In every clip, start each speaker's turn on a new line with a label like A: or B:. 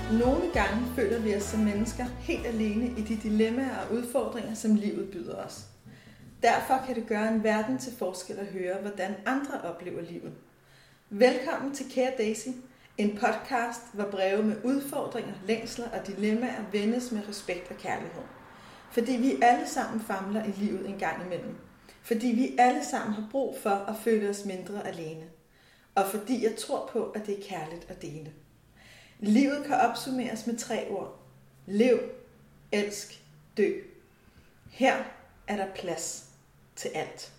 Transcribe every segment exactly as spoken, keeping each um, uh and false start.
A: Nogle gange føler vi os som mennesker helt alene i de dilemmaer og udfordringer, som livet byder os. Derfor kan det gøre en verden til forskel at høre, hvordan andre oplever livet. Velkommen til Kære Daisy, en podcast, hvor breve med udfordringer, længsler og dilemmaer vendes med respekt og kærlighed. Fordi vi alle sammen famler i livet en gang imellem. Fordi vi alle sammen har brug for at føle os mindre alene. Og fordi jeg tror på, at det er kærligt at dele. Livet kan opsummeres med tre ord. Lev, elsk, dø. Her er der plads til alt.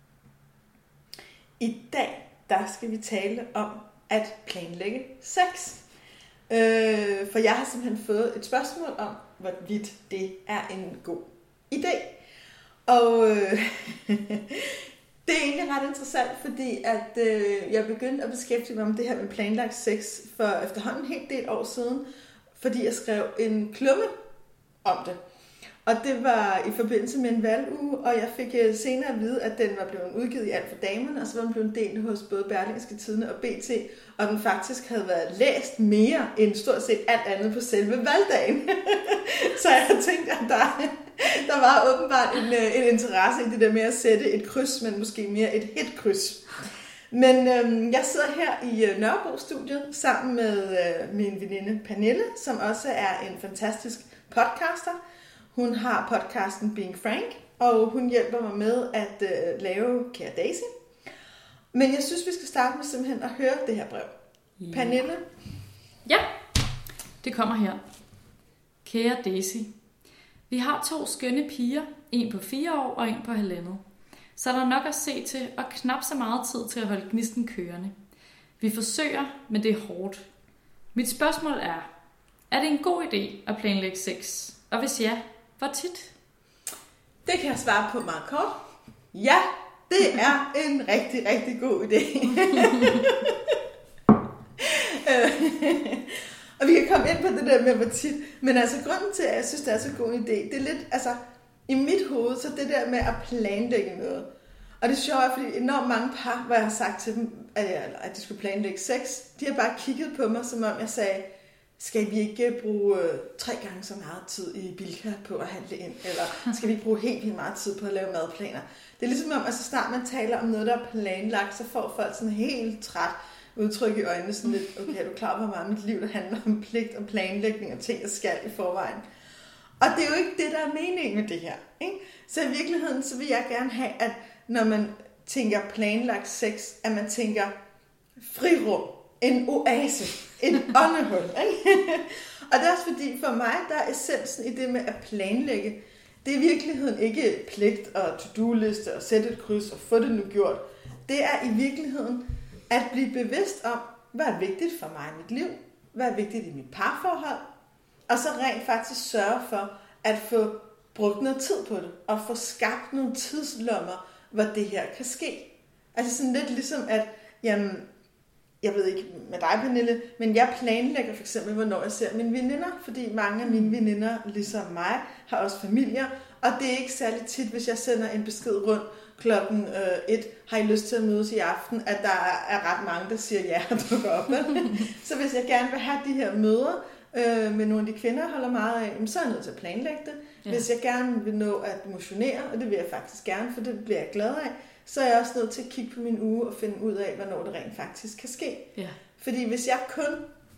A: I dag, der skal vi tale om at planlægge sex. Øh, for jeg har simpelthen fået et spørgsmål om, hvorvidt det er en god idé. Og øh, det er egentlig ret interessant, fordi at øh, jeg begyndte at beskæftige mig med det her med planlagt sex for efterhånden en hel del år siden, fordi jeg skrev en klumme om det. Og det var i forbindelse med en valguge, og jeg fik senere at vide, at den var blevet udgivet i Alt for Damerne, og så var den blevet delt hos både Berlingske Tidende og B T, og den faktisk havde været læst mere end stort set alt andet på selve valgdagen. Så jeg tænkte, at der, der var åbenbart en, en interesse i det der med at sætte et kryds, men måske mere et hit-kryds. Men øhm, jeg sidder her i øh, Nørrebro-studiet sammen med øh, min veninde Pernille, som også er en fantastisk podcaster. Hun har podcasten Being Frank, og hun hjælper mig med at øh, lave Kære Daisy. Men jeg synes, vi skal starte med simpelthen at høre det her brev. Ja. Pernille?
B: Ja, det kommer her. Kære Daisy, vi har to skønne piger, en på fire år og en på halvandet. Så der er nok at se til, og knap så meget tid til at holde gnisten kørende. Vi forsøger, men det er hårdt. Mit spørgsmål er, er det en god idé at planlægge sex? Og hvis ja, hvor tit?
A: Det kan jeg svare på meget kort. Ja, det er en rigtig, rigtig god idé. Og vi kan komme ind på det der med hvor tit. Men altså grunden til, at jeg synes, det er så god en idé, det er lidt, altså i mit hoved, så det der med at planlægge noget. Og det er sjovt, fordi enormt mange par, hvor jeg har sagt til dem, at, jeg, at de skulle planlægge sex, de har bare kigget på mig, som om jeg sagde, skal vi ikke bruge øh, tre gange så meget tid i Bilka på at handle ind? Eller skal vi bruge helt vildt meget tid på at lave madplaner? Det er ligesom om, at så snart man taler om noget, der er planlagt, så får folk sådan helt træt udtryk i øjnene. Sådan lidt, okay, er du klar, hvor meget mit liv der handler om pligt og planlægning og ting, der skal i forvejen? Og det er jo ikke det, der er meningen med det her. Ikke? Så i virkeligheden, så vil jeg gerne have, at når man tænker planlagt sex, at man tænker frirum, en oase, en åndehul. Og det er også fordi, for mig, der er essensen i det med at planlægge, det er i virkeligheden ikke pligt og to-do-liste og sætte et kryds og få det nu gjort. Det er i virkeligheden at blive bevidst om, hvad er vigtigt for mig i mit liv, hvad er vigtigt i mit parforhold, og så rent faktisk sørge for at få brugt noget tid på det, og få skabt nogle tidslommer, hvor det her kan ske. Altså sådan lidt ligesom at, jamen, jeg ved ikke med dig, Pernille, men jeg planlægger for eksempel, hvornår jeg ser mine veninder, fordi mange af mine veninder, ligesom mig, har også familier, og det er ikke særlig tit, hvis jeg sender en besked rundt klokken øh, et, har I lyst til at mødes i aften, at der er ret mange, der siger ja og dukker op. Så hvis jeg gerne vil have de her møder øh, med nogle af de kvinder, jeg holder meget af, så er jeg nødt til at planlægge det. Ja. Hvis jeg gerne vil nå at motionere, og det vil jeg faktisk gerne, for det bliver jeg glad af, så er jeg også nødt til at kigge på min uge og finde ud af, hvornår det rent faktisk kan ske. Ja. Fordi hvis jeg kun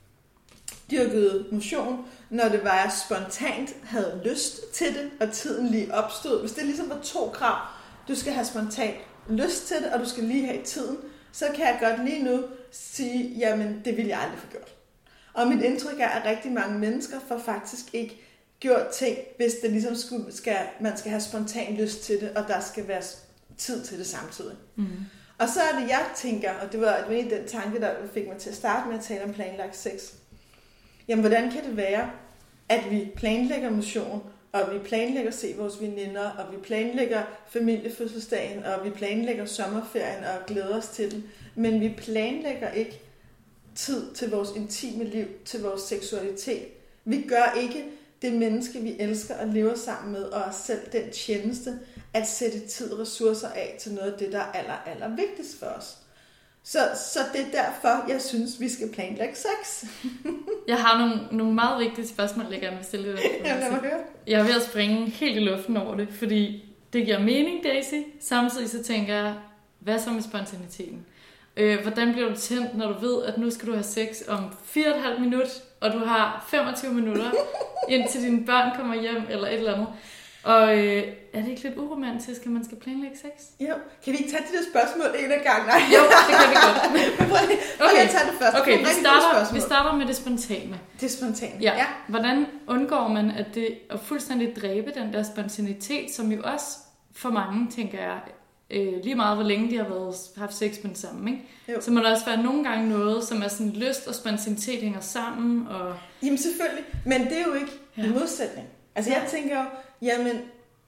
A: dyrkede motion, når det var, jeg spontant havde lyst til det, og tiden lige opstod, hvis det ligesom var to krav, du skal have spontant lyst til det, og du skal lige have tiden, så kan jeg godt lige nu sige, jamen det vil jeg aldrig få gjort. Og mit indtryk er, at rigtig mange mennesker får faktisk ikke gjort ting, hvis det ligesom skulle, skal, man skal have spontan lyst til det, og der skal være tid til det samtidig. Mm. Og så er det, jeg tænker, og det var, det var en den tanke, der fik mig til at starte med at tale om planlagt sex. Jamen, hvordan kan det være, at vi planlægger motion, og vi planlægger at se vores veninder, og vi planlægger familiefødselsdagen, og vi planlægger sommerferien og glæder os til den, men vi planlægger ikke tid til vores intime liv, til vores seksualitet. Vi gør ikke det menneske, vi elsker og lever sammen med, og os selv den tjeneste, at sætte tid og ressourcer af til noget af det, der er aller, aller vigtigst for os. Så, så det er derfor, jeg synes, vi skal planlægge sex.
B: Jeg har nogle, nogle meget vigtige spørgsmål, jeg gerne vil stille dig.
A: Ja, lad mig høre.
B: Jeg er ved at springe helt i luften over det, fordi det giver mening, Daisy. Samtidig så tænker jeg, hvad så med spontaniteten? Øh, hvordan bliver du tændt, når du ved, at nu skal du have sex om fire og et halvt minut, og du har femogtyve minutter, indtil dine børn kommer hjem, eller et eller andet. Og øh, er det ikke lidt uromantisk, at man skal planlægge sex?
A: Jo. Kan vi ikke tage de der spørgsmål en af gang? Nej.
B: Jo, det kan vi godt.
A: Okay, jeg tager det først.
B: Okay, vi starter, vi starter med det spontane.
A: Det spontane,
B: ja.
A: ja.
B: Hvordan undgår man at, det, at fuldstændig dræbe den der spontanitet, som jo også for mange, tænker jeg, øh, lige meget hvor længe de har været, haft sex med den sammen, ikke? Så må der også være nogle gange noget, som er sådan lyst og spontanitet hænger sammen. Og...
A: Jamen selvfølgelig, men det er jo ikke ja. en modsætning. Altså jeg tænker jo, jamen,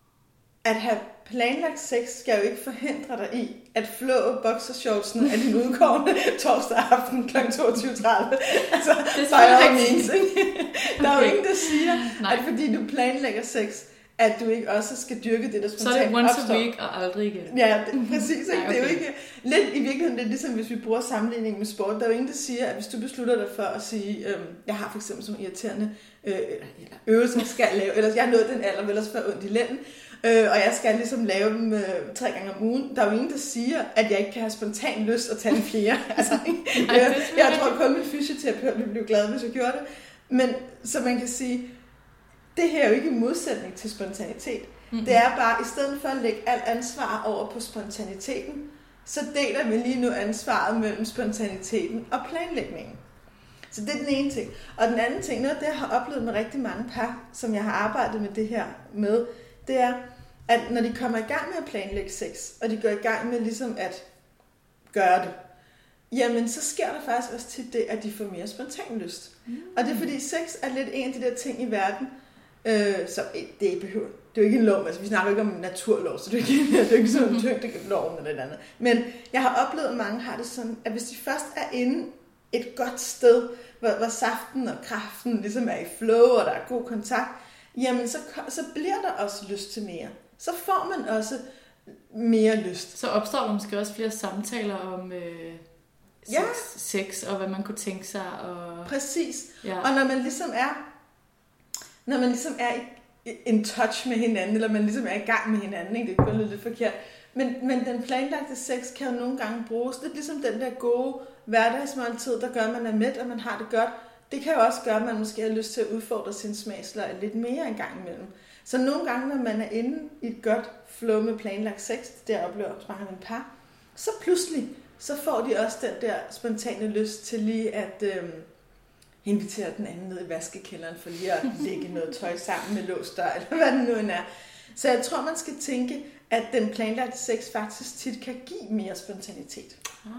A: at have planlagt sex skal jo ikke forhindre dig i at flå boxershortsen af din udkårende torsdag aften kl. toogtyve tredive. Altså, det er jo means, ikke? Der er jo ingen, der siger, Nej. at fordi du planlægger sex, at du ikke også skal dyrke det, der spontant opstår.
B: Så er det once opstår. A week og aldrig igen.
A: Ja, det, præcis. Ikke? Nej, okay. Det er jo ikke... Lidt i virkeligheden, det er ligesom, hvis vi bruger sammenligning med sport. Der er jo ingen, der siger, at hvis du beslutter dig for at sige, øhm, jeg har for eksempel sådan irriterende øh, eller øvelser, jeg skal lave, eller jeg har nået den alder, vil også være ondt i lænden, øh, og jeg skal ligesom lave dem øh, tre gange om ugen. Der er jo ingen, der siger, at jeg ikke kan have spontan lyst at tage en fjerde. Altså, Ej, jeg, jeg tror kun, min fysioterapeut ville blive glad, hvis jeg gjorde det. Men så man kan sige, det her er jo ikke en modsætning til spontanitet. Mm-hmm. Det er bare, i stedet for at lægge alt ansvar over på spontaniteten, så deler vi lige nu ansvaret mellem spontaniteten og planlægningen. Så det er den ene ting. Og den anden ting, noget af det, jeg har oplevet med rigtig mange par, som jeg har arbejdet med det her med, det er, at når de kommer i gang med at planlægge sex, og de går i gang med ligesom at gøre det, jamen så sker der faktisk også tit det, at de får mere spontan lyst. Mm. Og det er fordi, sex er lidt en af de der ting i verden, øh, som det er behøver. Det er jo ikke en lov, altså vi snakker ikke om en naturlov, så det er ikke, det er ikke sådan en tyngdeloven eller et andet. Men jeg har oplevet, at mange har det sådan, at hvis de først er inde et godt sted, hvor, hvor saften og kraften ligesom er i flow, og der er god kontakt, jamen så, så bliver der også lyst til mere. Så får man også mere lyst.
B: Så opstår der måske også flere samtaler om øh, sex, ja. sex, og hvad man kunne tænke sig. Og...
A: Præcis. Ja. Og når man ligesom er, når man ligesom er i en touch med hinanden, eller man ligesom er i gang med hinanden, ikke? Det kan lyde lidt forkert, men, men den planlagte sex kan jo nogle gange bruges. Det er ligesom den der gode hverdagsmåltid, der gør, at man er mæt, og man har det godt. Det kan jo også gøre, at man måske har lyst til at udfordre sin smagsløg lidt mere en gang imellem. Så nogle gange, når man er inde i et godt flow med planlagt sex, det jeg oplever hos mange af mine par, så pludselig, så får de også den der spontane lyst til lige at øhm, invitere den anden ned i vaskekælderen, for lige at lægge noget tøj sammen med låst dør, eller hvad det nu end er. Så jeg tror, man skal tænke, at den planlagte sex faktisk tit kan give mere spontanitet.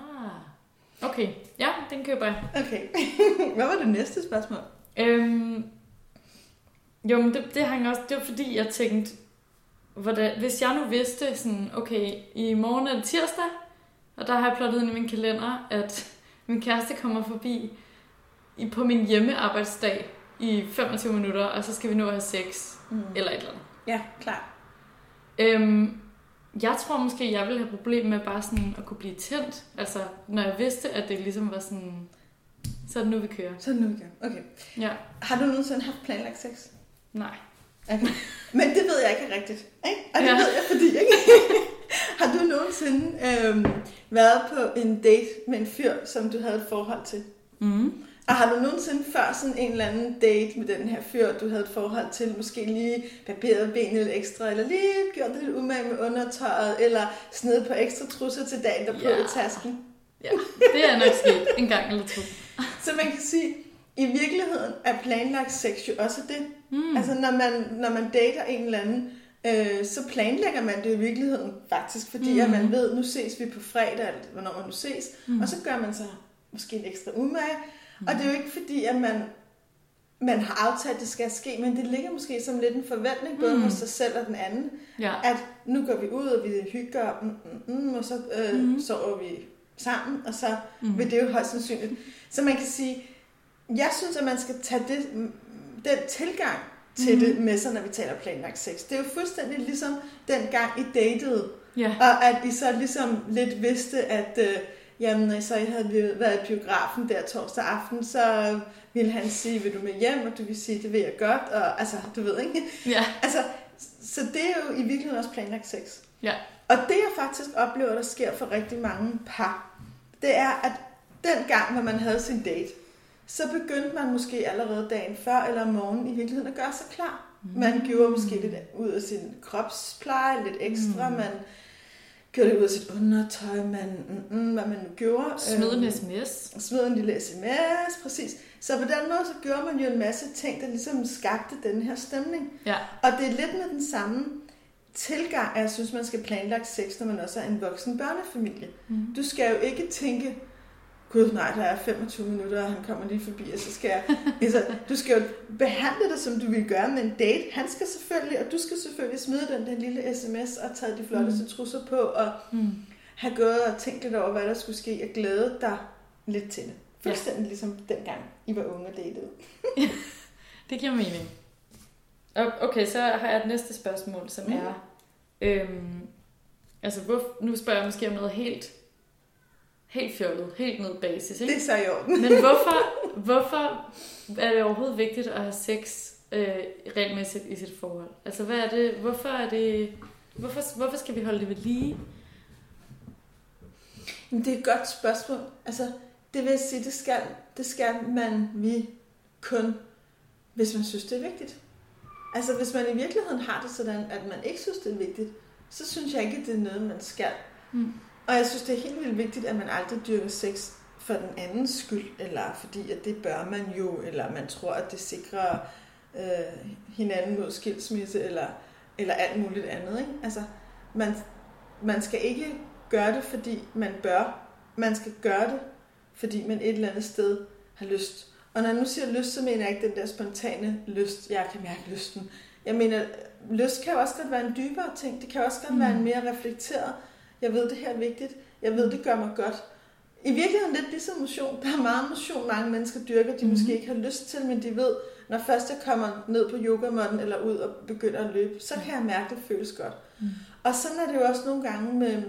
B: Ah, okay. Ja, den køber jeg.
A: Okay. Hvad var det næste spørgsmål?
B: Øhm, jo, men det, det hang også, det var fordi, jeg tænkte, hvordan, hvis jeg nu vidste, sådan, okay, i morgen er det tirsdag, og der har jeg plottet ind i min kalender, at min kæreste kommer forbi i, på min hjemmearbejdsdag i femogtyve minutter, og så skal vi nå at have sex, mm. eller et eller andet.
A: Ja, klart.
B: Øhm, jeg tror måske, jeg ville have problemer med bare sådan at kunne blive tændt. Altså, når jeg vidste, at det ligesom var sådan, så er det nu, vi kører.
A: Så er det nu, vi kører. Okay.
B: Ja.
A: Har du nogensinde haft planlagt sex?
B: Nej.
A: Okay. Men det ved jeg ikke rigtigt. Ikke? Og det
B: ja.
A: ved jeg, fordi ikke. Har du nogensinde øhm, været på en date med en fyr, som du havde et forhold til?
B: Mm.
A: Og har du nogensinde før sådan en eller anden date med den her fyr, du havde et forhold til, måske lige barberet benet lidt ekstra, eller lige gjort det lidt umage med undertøjet, eller snedet på ekstra trusser til dagen, der ja. på i tasken?
B: Ja, det er nok sket en gang eller to.
A: Så man kan sige, i virkeligheden er planlagt sex jo også det.
B: Mm.
A: Altså når man, når man dater en eller anden, øh, så planlægger man det i virkeligheden faktisk, fordi mm. at man ved, nu ses vi på fredag, eller hvornår man nu ses, mm. og så gør man så måske en ekstra umage. Mm. Og det er jo ikke fordi, at man, man har aftalt, at det skal ske, men det ligger måske som lidt en forventning, både mm. hos sig selv og den anden,
B: ja.
A: at nu går vi ud, og vi hygger, mm, mm, mm, og så øh, mm. sover vi sammen, og så mm. vil det jo højst sandsynligt. Så man kan sige, jeg synes, at man skal tage det, den tilgang til mm. det med sig, når vi taler planlagt sex. Det er jo fuldstændig ligesom den gang I datede,
B: ja.
A: og at I så ligesom lidt vidste, at øh, jamen så jeg havde været i biografen der torsdag aften, så ville han sige, vil du med hjem, og du vil sige, det vil jeg godt, og altså, du ved ikke.
B: Ja.
A: Altså, så det er jo i virkeligheden også planlagt sex.
B: Ja.
A: Og det jeg faktisk oplever, der sker for rigtig mange par, det er, at den gang, hvor man havde sin date, så begyndte man måske allerede dagen før eller om morgenen i virkeligheden at gøre sig klar. Mm. Man gjorde måske lidt ud af sin kropspleje, lidt ekstra, mm. man gjorde det ud af sit undertøj, man, mm, mm, hvad man nu gjorde.
B: Smid en sms.
A: Smid en lille sms, præcis. Så på den måde, så gjorde man jo en masse ting, der ligesom skabte den her stemning.
B: Ja.
A: Og det er lidt med den samme tilgang, at jeg synes, man skal planlægge sex, når man også er en voksen børnefamilie. Mm. Du skal jo ikke tænke, gud nej, der er femogtyve minutter, og han kommer lige forbi, og så skal jeg... altså, du skal jo behandle det, som du vil gøre med en date. Han skal selvfølgelig, og du skal selvfølgelig smide den der lille sms, og tage de flotteste mm. trusser på, og mm. have gået og tænkt lidt over, hvad der skulle ske, og glæde dig lidt til det. Fuldstændig ja. Ligesom dengang, I var unge og datede.
B: Ja, det giver mening. Okay, så har jeg et næste spørgsmål, som mm. er... Øhm, altså, hvor, nu spørger jeg måske om noget helt... Helt fjollet, helt ned basis, ikke?
A: Det er så i orden.
B: Men hvorfor, hvorfor er det overhovedet vigtigt at have sex øh, regelmæssigt i sit forhold? Altså, hvad er det, hvorfor er det, hvorfor, hvorfor skal vi holde det ved lige?
A: Det er et godt spørgsmål. Altså, det vil jeg sige, det skal, det skal man vi kun, hvis man synes, det er vigtigt. Altså, hvis man i virkeligheden har det sådan, at man ikke synes, det er vigtigt, så synes jeg ikke, det er noget, man skal. Mm. Og jeg synes, det er helt vildt vigtigt, at man aldrig dyrker sex for den andens skyld, eller fordi at det bør man jo, eller man tror, at det sikrer øh, hinanden mod skilsmisse, eller, eller alt muligt andet. Ikke? Altså, man, man skal ikke gøre det, fordi man bør. Man skal gøre det, fordi man et eller andet sted har lyst. Og når jeg nu siger lyst, så mener jeg ikke den der spontane lyst. Jeg kan mærke lysten. Jeg mener, lyst kan jo også godt være en dybere ting. Det kan også godt mm. være en mere reflekteret. Jeg ved, det her er vigtigt. Jeg ved, det gør mig godt. I virkeligheden lidt ligesom motion. Der er meget motion, mange mennesker dyrker, de mm. måske ikke har lyst til, men de ved, når først jeg kommer ned på yogamåtten eller ud og begynder at løbe, så kan jeg mærke, det føles godt. Mm. Og sådan er det jo også nogle gange med,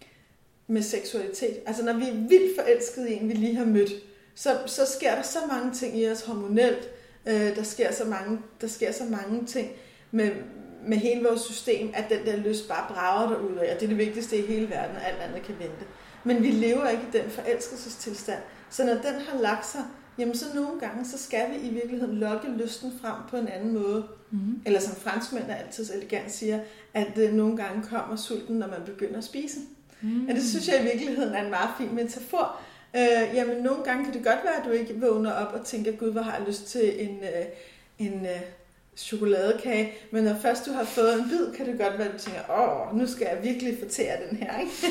A: med seksualitet. Altså når vi er vildt forelskede i en, vi lige har mødt, så, så sker der så mange ting i os hormonelt. Øh, der, sker så mange, der sker så mange ting med... med hele vores system, at den der lyst bare brager derud af, og det er det vigtigste i hele verden, og alt andet kan vente. Men vi lever ikke i den forelskelsestilstand. Så når den har lagt sig, jamen så nogle gange, så skal vi i virkeligheden lokke lysten frem på en anden måde. Mm-hmm. Eller som franskmændene altid så elegant siger, at øh, nogle gange kommer sulten, når man begynder at spise. Mm-hmm. Og det synes jeg i virkeligheden er en meget fin metafor. Øh, jamen nogle gange kan det godt være, at du ikke vågner op og tænker, gud, hvor har jeg lyst til en... Øh, en øh, chokoladekage, men når først du har fået en bid, kan det godt være, at du tænker, åh, nu skal jeg virkelig fortære den her, ikke?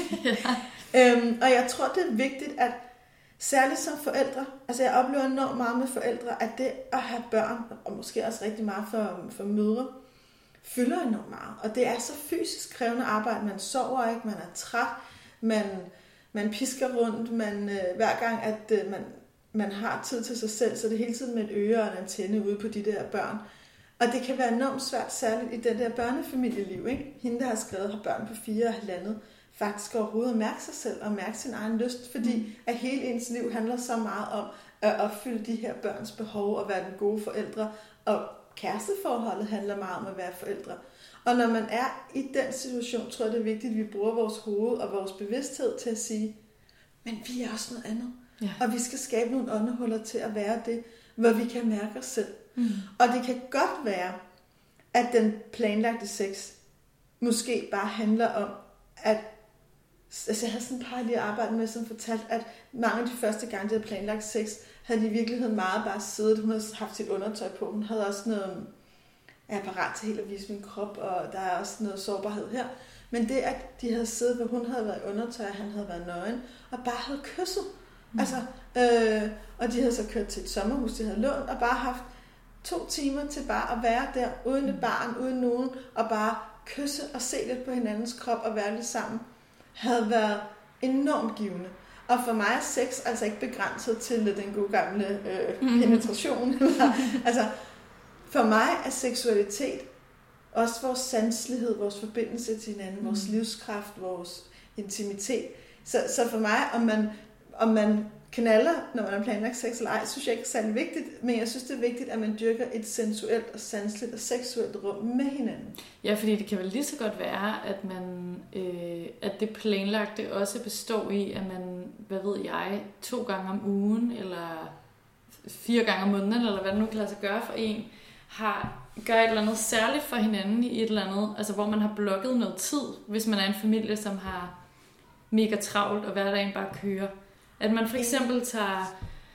A: Ja. øhm, og jeg tror, det er vigtigt, at særligt som forældre, altså jeg oplever enormt meget med forældre, at det at have børn, og måske også rigtig meget for, for mødre, fylder enormt meget. Og det er så fysisk krævende arbejde, man sover ikke, man er træt, man, man pisker rundt, man, øh, hver gang, at øh, man, man har tid til sig selv, så det er hele tiden med et øre og en antenne ude på de der børn. Og det kan være enormt svært, særligt i den der børnefamilieliv, ikke? Hende, der har skrevet, har børn på fire og halvandet, faktisk overhovedet at mærke sig selv og mærke sin egen lyst, fordi at hele ens liv handler så meget om at opfylde de her børns behov og være den gode forældre, og kæresteforholdet handler meget om at være forældre. Og når man er i den situation, tror jeg, det er vigtigt, at vi bruger vores hoved og vores bevidsthed til at sige, men vi er også noget andet. Ja. Og vi skal skabe nogle åndehuller til at være det, hvor vi kan mærke os selv. Mm. Og det kan godt være, at den planlagte sex måske bare handler om, at altså jeg havde sådan et par lige arbejdet med, som fortalte, at mange af de første gange, de havde planlagt sex, havde de i virkeligheden meget bare siddet. Hun havde haft sit undertøj på. Hun havde også noget, jeg er parat til helt at vise min krop, og der er også noget sårbarhed her. Men det, at de havde siddet, hvor hun havde været i undertøj, og han havde været nøgen, og bare havde kysset. Mm. Altså, øh, og de havde så kørt til et sommerhus, de havde lånt, og bare haft to timer til bare at være der, uden et barn, uden nogen, og bare kysse og se lidt på hinandens krop og være lidt sammen, havde været enormt givende. Og for mig er sex altså ikke begrænset til den gode gamle øh, penetration. Altså, for mig er seksualitet også vores sanselighed, vores forbindelse til hinanden, vores livskraft, vores intimitet. Så, så for mig, om man om man knaller, når man har planlagt sex eller ej, synes jeg ikke er særlig vigtigt, men jeg synes, det er vigtigt, at man dyrker et sensuelt og sanseligt og seksuelt rum med hinanden.
B: Ja, fordi det kan vel lige så godt være, at man øh, at det planlagte også består i, at man, hvad ved jeg, to gange om ugen, eller fire gange om måneden, eller hvad det nu kan lade sig gøre for en, har gør et eller andet særligt for hinanden i et eller andet, altså hvor man har blokket noget tid, hvis man er en familie, som har mega travlt, og hverdagen bare kører. At man for eksempel tager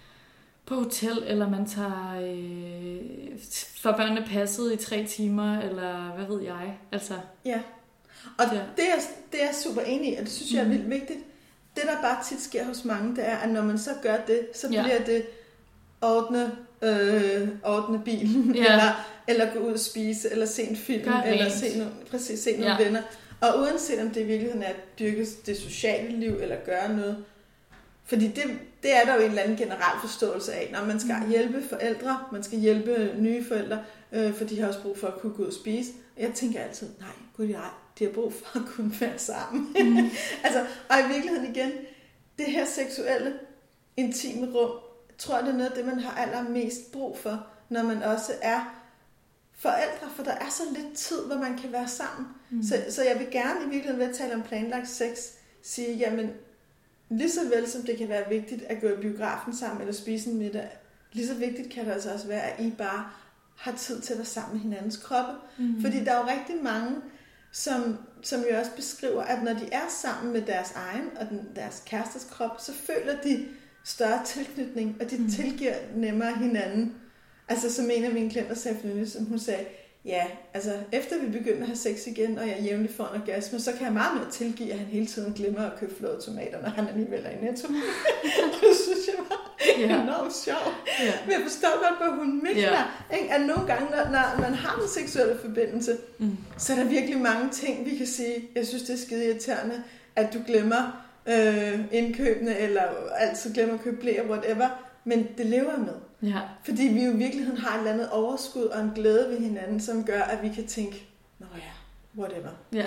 B: på hotel, eller man tager øh, for børnene passet i tre timer, eller hvad ved jeg. Altså,
A: ja, og
B: ja.
A: Det, er, det er jeg super enig i, og det synes jeg er vildt vigtigt. Det, der bare tit sker hos mange, det er, at når man så gør det, så
B: ja.
A: bliver det ordne, øh, ordne bilen,
B: ja.
A: eller, eller gå ud og spise, eller se en film,
B: Gør
A: eller
B: rent.
A: se, no, præcis, se nogle
B: ja.
A: venner. Og uanset om det i virkeligheden er at dyrke det sociale liv, eller gøre noget, fordi det, det er der jo en eller anden generel forståelse af, når man skal hjælpe forældre, man skal hjælpe nye forældre, øh, for de har også brug for at kunne gå ud og spise. Jeg tænker altid, nej, gud nej, de har brug for at kunne være sammen. Mm. altså, og i virkeligheden igen, det her seksuelle, intime rum, tror jeg, det er noget af det, man har allermest brug for, når man også er forældre, for der er så lidt tid, hvor man kan være sammen. Mm. Så, så jeg vil gerne i virkeligheden ved at tale om planlagt sex, sige, jamen, lige så vel som det kan være vigtigt at gå i biografen sammen eller spise en middag, lige så vigtigt kan det altså også være, at I bare har tid til at være sammen med hinandens kroppe. Mm. Fordi der er jo rigtig mange, som, som jo også beskriver, at når de er sammen med deres egen og den, deres kærestes krop, så føler de større tilknytning, og de mm. tilgiver nemmere hinanden. Altså som en af mine klienter sagde for nylig, som hun sagde, ja, altså efter vi begynder at have sex igen, og jeg jævnligt får en orgasme, så kan jeg meget mere tilgive, at han hele tiden glemmer at købe flåede tomater, når han alligevel er i Netto. Og det synes jeg var yeah. enormt sjovt. Yeah. Men jeg forstår godt, hvad hun mener. Yeah. At nogle gange, når, når man har den seksuelle forbindelse, mm. så er der virkelig mange ting, vi kan sige, jeg synes, det er skide irriterende, at du glemmer øh, indkøbene, eller altid glemmer at købe blæer, whatever. Men det lever jeg med. Ja. Fordi vi jo i virkeligheden har et eller andet overskud og en glæde ved hinanden, som gør, at vi kan tænke, nå ja, whatever. Ja.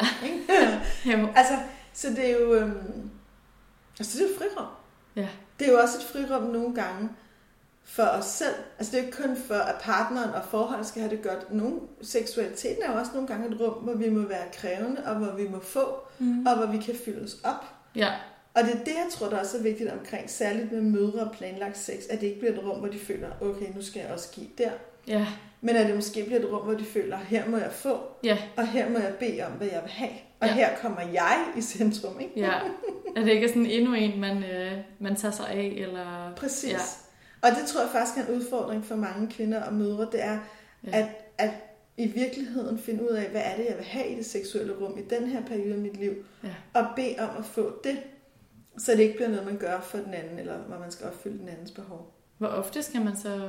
A: altså, så det er jo, øhm, altså det er jo frirum. Ja. Det er jo også et frirum nogle gange for os selv. Altså det er ikke kun for, at partneren og forholdet skal have det godt. Nogle, seksualiteten er jo også nogle gange et rum, hvor vi må være krævende, og hvor vi må få, mm. og hvor vi kan fyldes op. Ja. Og det er det, jeg tror, der også er vigtigt omkring, særligt med mødre og planlagt sex, at det ikke bliver et rum, hvor de føler, okay, nu skal jeg også give der. Ja. Men at det måske bliver et rum, hvor de føler, her må jeg få, ja. Og her må jeg bede om, hvad jeg vil have. Og ja. Her kommer jeg i centrum, ikke? Ja.
B: At det ikke er sådan endnu en, man, øh, man tager sig af, eller...
A: Præcis. Ja. Og det tror jeg faktisk er en udfordring for mange kvinder og mødre, det er, ja. at, at i virkeligheden finde ud af, hvad er det, jeg vil have i det seksuelle rum i den her periode af mit liv, ja. Og bede om at få det. Så det ikke bliver noget, man gør for den anden, eller hvor man skal opfylde den andens behov.
B: Hvor ofte skal man så...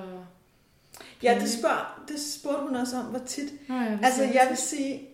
A: Ja, det, spørger, det spurgte hun også om, hvor tit. Nå, jeg altså, jeg vil sige...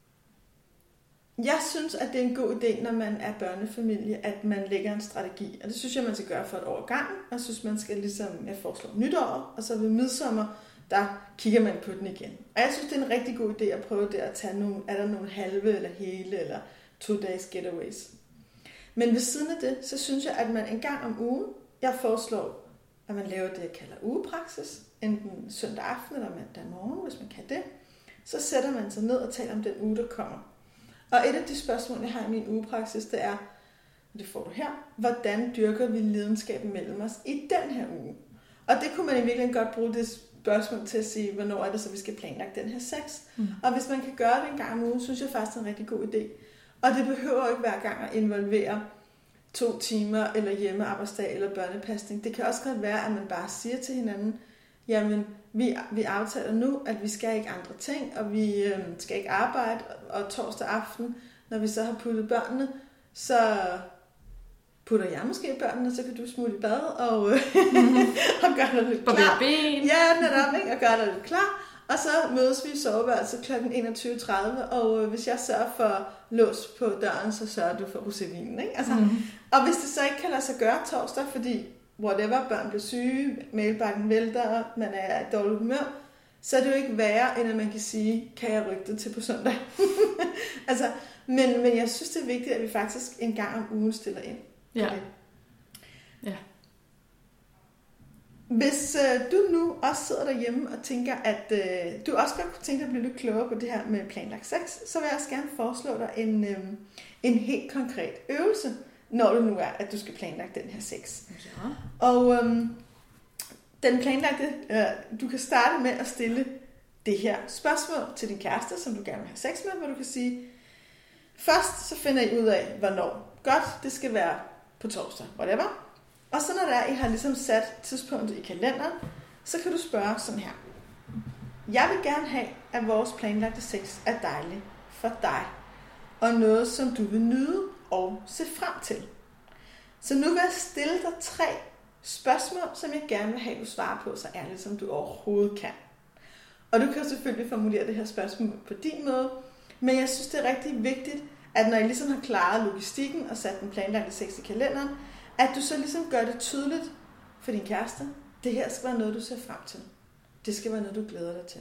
A: Jeg synes, at det er en god idé, når man er børnefamilie, at man lægger en strategi. Og det synes jeg, man skal gøre for et år ad gangen. Og jeg synes, man skal ligesom... Jeg foreslår nytår, og så ved midsommer, der kigger man på den igen. Og jeg synes, det er en rigtig god idé at prøve det at tage nogle... Er der nogle halve, eller hele, eller to days getaways. Men ved siden af det, så synes jeg, at man en gang om ugen, jeg foreslår, at man laver det, jeg kalder ugepraksis, enten søndag aften eller mandag morgen, hvis man kan det. Så sætter man sig ned og taler om den uge, der kommer. Og et af de spørgsmål, jeg har i min ugepraksis, det er, det får du her, hvordan dyrker vi lidenskaben mellem os i den her uge? Og det kunne man i virkeligheden godt bruge det spørgsmål til at sige, hvornår er det så, vi skal planlægge den her sex? Mm. Og hvis man kan gøre det en gang om ugen, synes jeg faktisk, det er en rigtig god idé. Og det behøver ikke hver gang at involvere to timer, eller hjemmearbejdsdag, eller børnepasning. Det kan også godt være, at man bare siger til hinanden, jamen, vi, vi aftaler nu, at vi skal ikke andre ting, og vi øh, skal ikke arbejde, og torsdag aften, når vi så har puttet børnene, så putter jeg måske børnene, så kan du smutte i bad, og, øh, og gøre dig lidt klar. Ja, netop, ikke? Og gøre dig lidt klar. Og så mødes vi i soveværelset klokken enogtyve tredive, og hvis jeg sørger for lås på døren, så sørger du for rosévinen, ikke? Altså, mm. Og hvis det så ikke kan lade sig gøre torsdag, fordi whatever, børn bliver syge, mailbakken vælter, man er i dårlig humør, så er det jo ikke værre, end at man kan sige, kan jeg rykke det til på søndag? altså, men, men jeg synes, det er vigtigt, at vi faktisk en gang om ugen stiller ind. Ja.
B: Ja.
A: Hvis øh, du nu også sidder derhjemme og tænker, at øh, du også godt kunne tænke dig at blive lidt klogere på det her med planlagt sex, så vil jeg også gerne foreslå dig en, øh, en helt konkret øvelse, når du nu er, at du skal planlægge den her sex.
B: Ja.
A: Og øh, den planlagte, øh, du kan starte med at stille det her spørgsmål til din kæreste, som du gerne vil have sex med, hvor du kan sige, først så finder I ud af, hvornår. Godt, det skal være på torsdag, whatever. Og så når der er, I har ligesom sat tidspunktet i kalenderen, så kan du spørge sådan her. Jeg vil gerne have, at vores planlagte sex er dejlig for dig, og noget, som du vil nyde og se frem til. Så nu vil jeg stille dig tre spørgsmål, som jeg gerne vil have, du svarer på, så ærligt som du overhovedet kan. Og du kan selvfølgelig formulere det her spørgsmål på din måde, men jeg synes, det er rigtig vigtigt, at når I ligesom har klaret logistikken og sat den planlagte sex i kalenderen, at du så ligesom gør det tydeligt for din kæreste. Det her skal være noget, du ser frem til. Det skal være noget, du glæder dig til.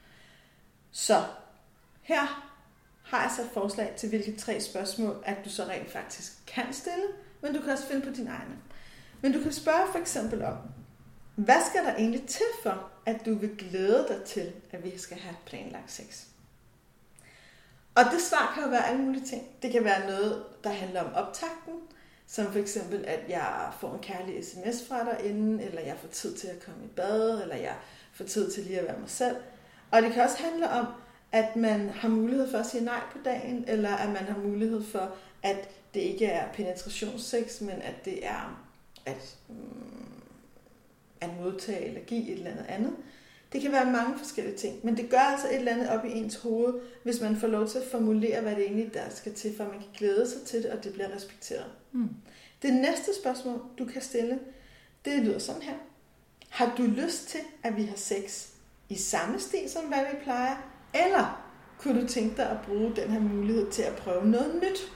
A: Så her har jeg så et forslag til, hvilke tre spørgsmål, at du så rent faktisk kan stille, men du kan også finde på din egne. Men du kan spørge for eksempel om, hvad skal der egentlig til for, at du vil glæde dig til, at vi skal have planlagt sex? Og det svar kan jo være alle mulige ting. Det kan være noget, der handler om optakten, som for eksempel, at jeg får en kærlig sms fra dig inden, eller jeg får tid til at komme i bad, eller jeg får tid til lige at være mig selv. Og det kan også handle om, at man har mulighed for at sige nej på dagen, eller at man har mulighed for, at det ikke er penetrationssex, men at det er at, mm, at modtage eller give et eller andet andet. Det kan være mange forskellige ting, men det gør altså et eller andet op i ens hoved, hvis man får lov til at formulere, hvad det egentlig der skal til, for at man kan glæde sig til det, og det bliver respekteret. Mm. Det næste spørgsmål, du kan stille, det lyder sådan her. Har du lyst til, at vi har sex i samme stil, som hvad vi plejer? Eller kunne du tænke dig at bruge den her mulighed til at prøve noget nyt?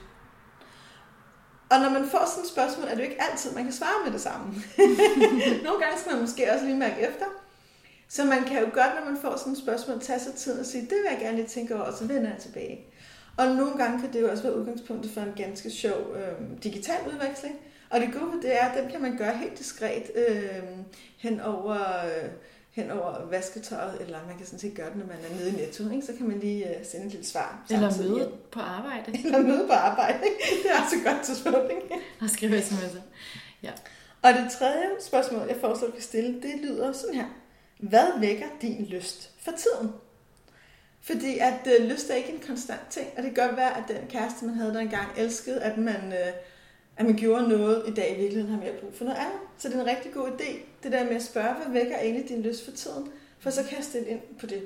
A: Og når man får sådan et spørgsmål, er det jo ikke altid, man kan svare med det samme. Nogle gange skal man måske også lige mærke efter. Så man kan jo godt, når man får sådan et spørgsmål, tage sig tid og sige, det vil jeg gerne lige tænke over, og så vender jeg tilbage. Og nogle gange kan det jo også være udgangspunktet for en ganske sjov øh, digital udveksling. Og det gode det er, at dem kan man gøre helt diskret øh, hen over... Øh, hen over vasketøjet, eller man kan sådan set gøre det, når man er nede i Netto, ikke? Så kan man lige uh, sende et lille svar.
B: Eller møde på arbejde.
A: Eller møde på arbejde, ikke? Det er også et godt tidspunkt, ikke?
B: Og skrive sms'er. Ja.
A: Og det tredje spørgsmål, jeg foreslår, at kan stille, det lyder sådan her. Hvad vækker din lyst for tiden? Fordi at uh, lyst er ikke en konstant ting, og det kan godt være, at den kæreste, man havde der engang, elskede, at man... Uh, at man gjorde noget i dag i virkeligheden har mere brug for noget andet. Så det er en rigtig god idé, det der med at spørge, hvad vækker egentlig din lyst for tiden? For så kan jeg stille ind på det.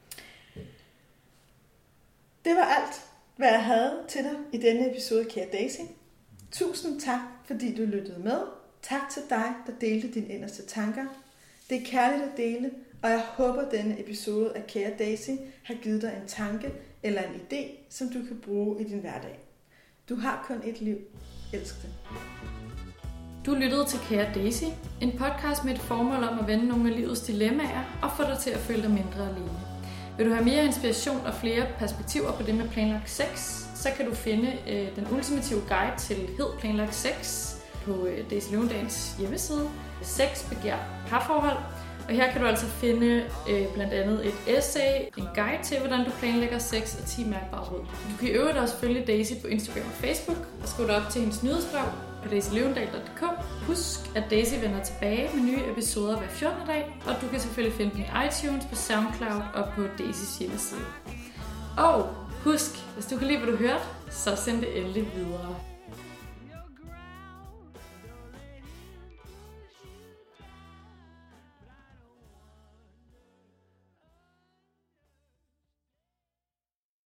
A: Det var alt, hvad jeg havde til dig i denne episode, kære Daisy. Tusind tak, fordi du lyttede med. Tak til dig, der delte dine inderste tanker. Det er kærligt at dele, og jeg håber, at denne episode af Kære Daisy har givet dig en tanke eller en idé, som du kan bruge i din hverdag. Du har kun et liv. Elsk det.
B: Du lyttede til Kære Daisy, en podcast med et formål om at vende nogle af livets dilemmaer og få dig til at føle dig mindre alene. Vil du have mere inspiration og flere perspektiver på det med planlagt sex, så kan du finde øh, den ultimative guide til hed planlagt sex på øh, Daisy Løvendals hjemmeside. Sex, begær, parforhold. Og her kan du altså finde øh, blandt andet et essay, en guide til, hvordan du planlægger sex og ti mærkbare råd. Du kan i øvrigt også følge Daisy på Instagram og Facebook og skrive dig op til hendes nyhedsbrev på daisy løvendal punktum com. Husk, at Daisy vender tilbage med nye episoder hver fjortende dag, og du kan selvfølgelig finde den i iTunes, på SoundCloud og på Daisys hjemmeside. Og husk, hvis du kan lide, hvad du hørte, så send det endelig videre.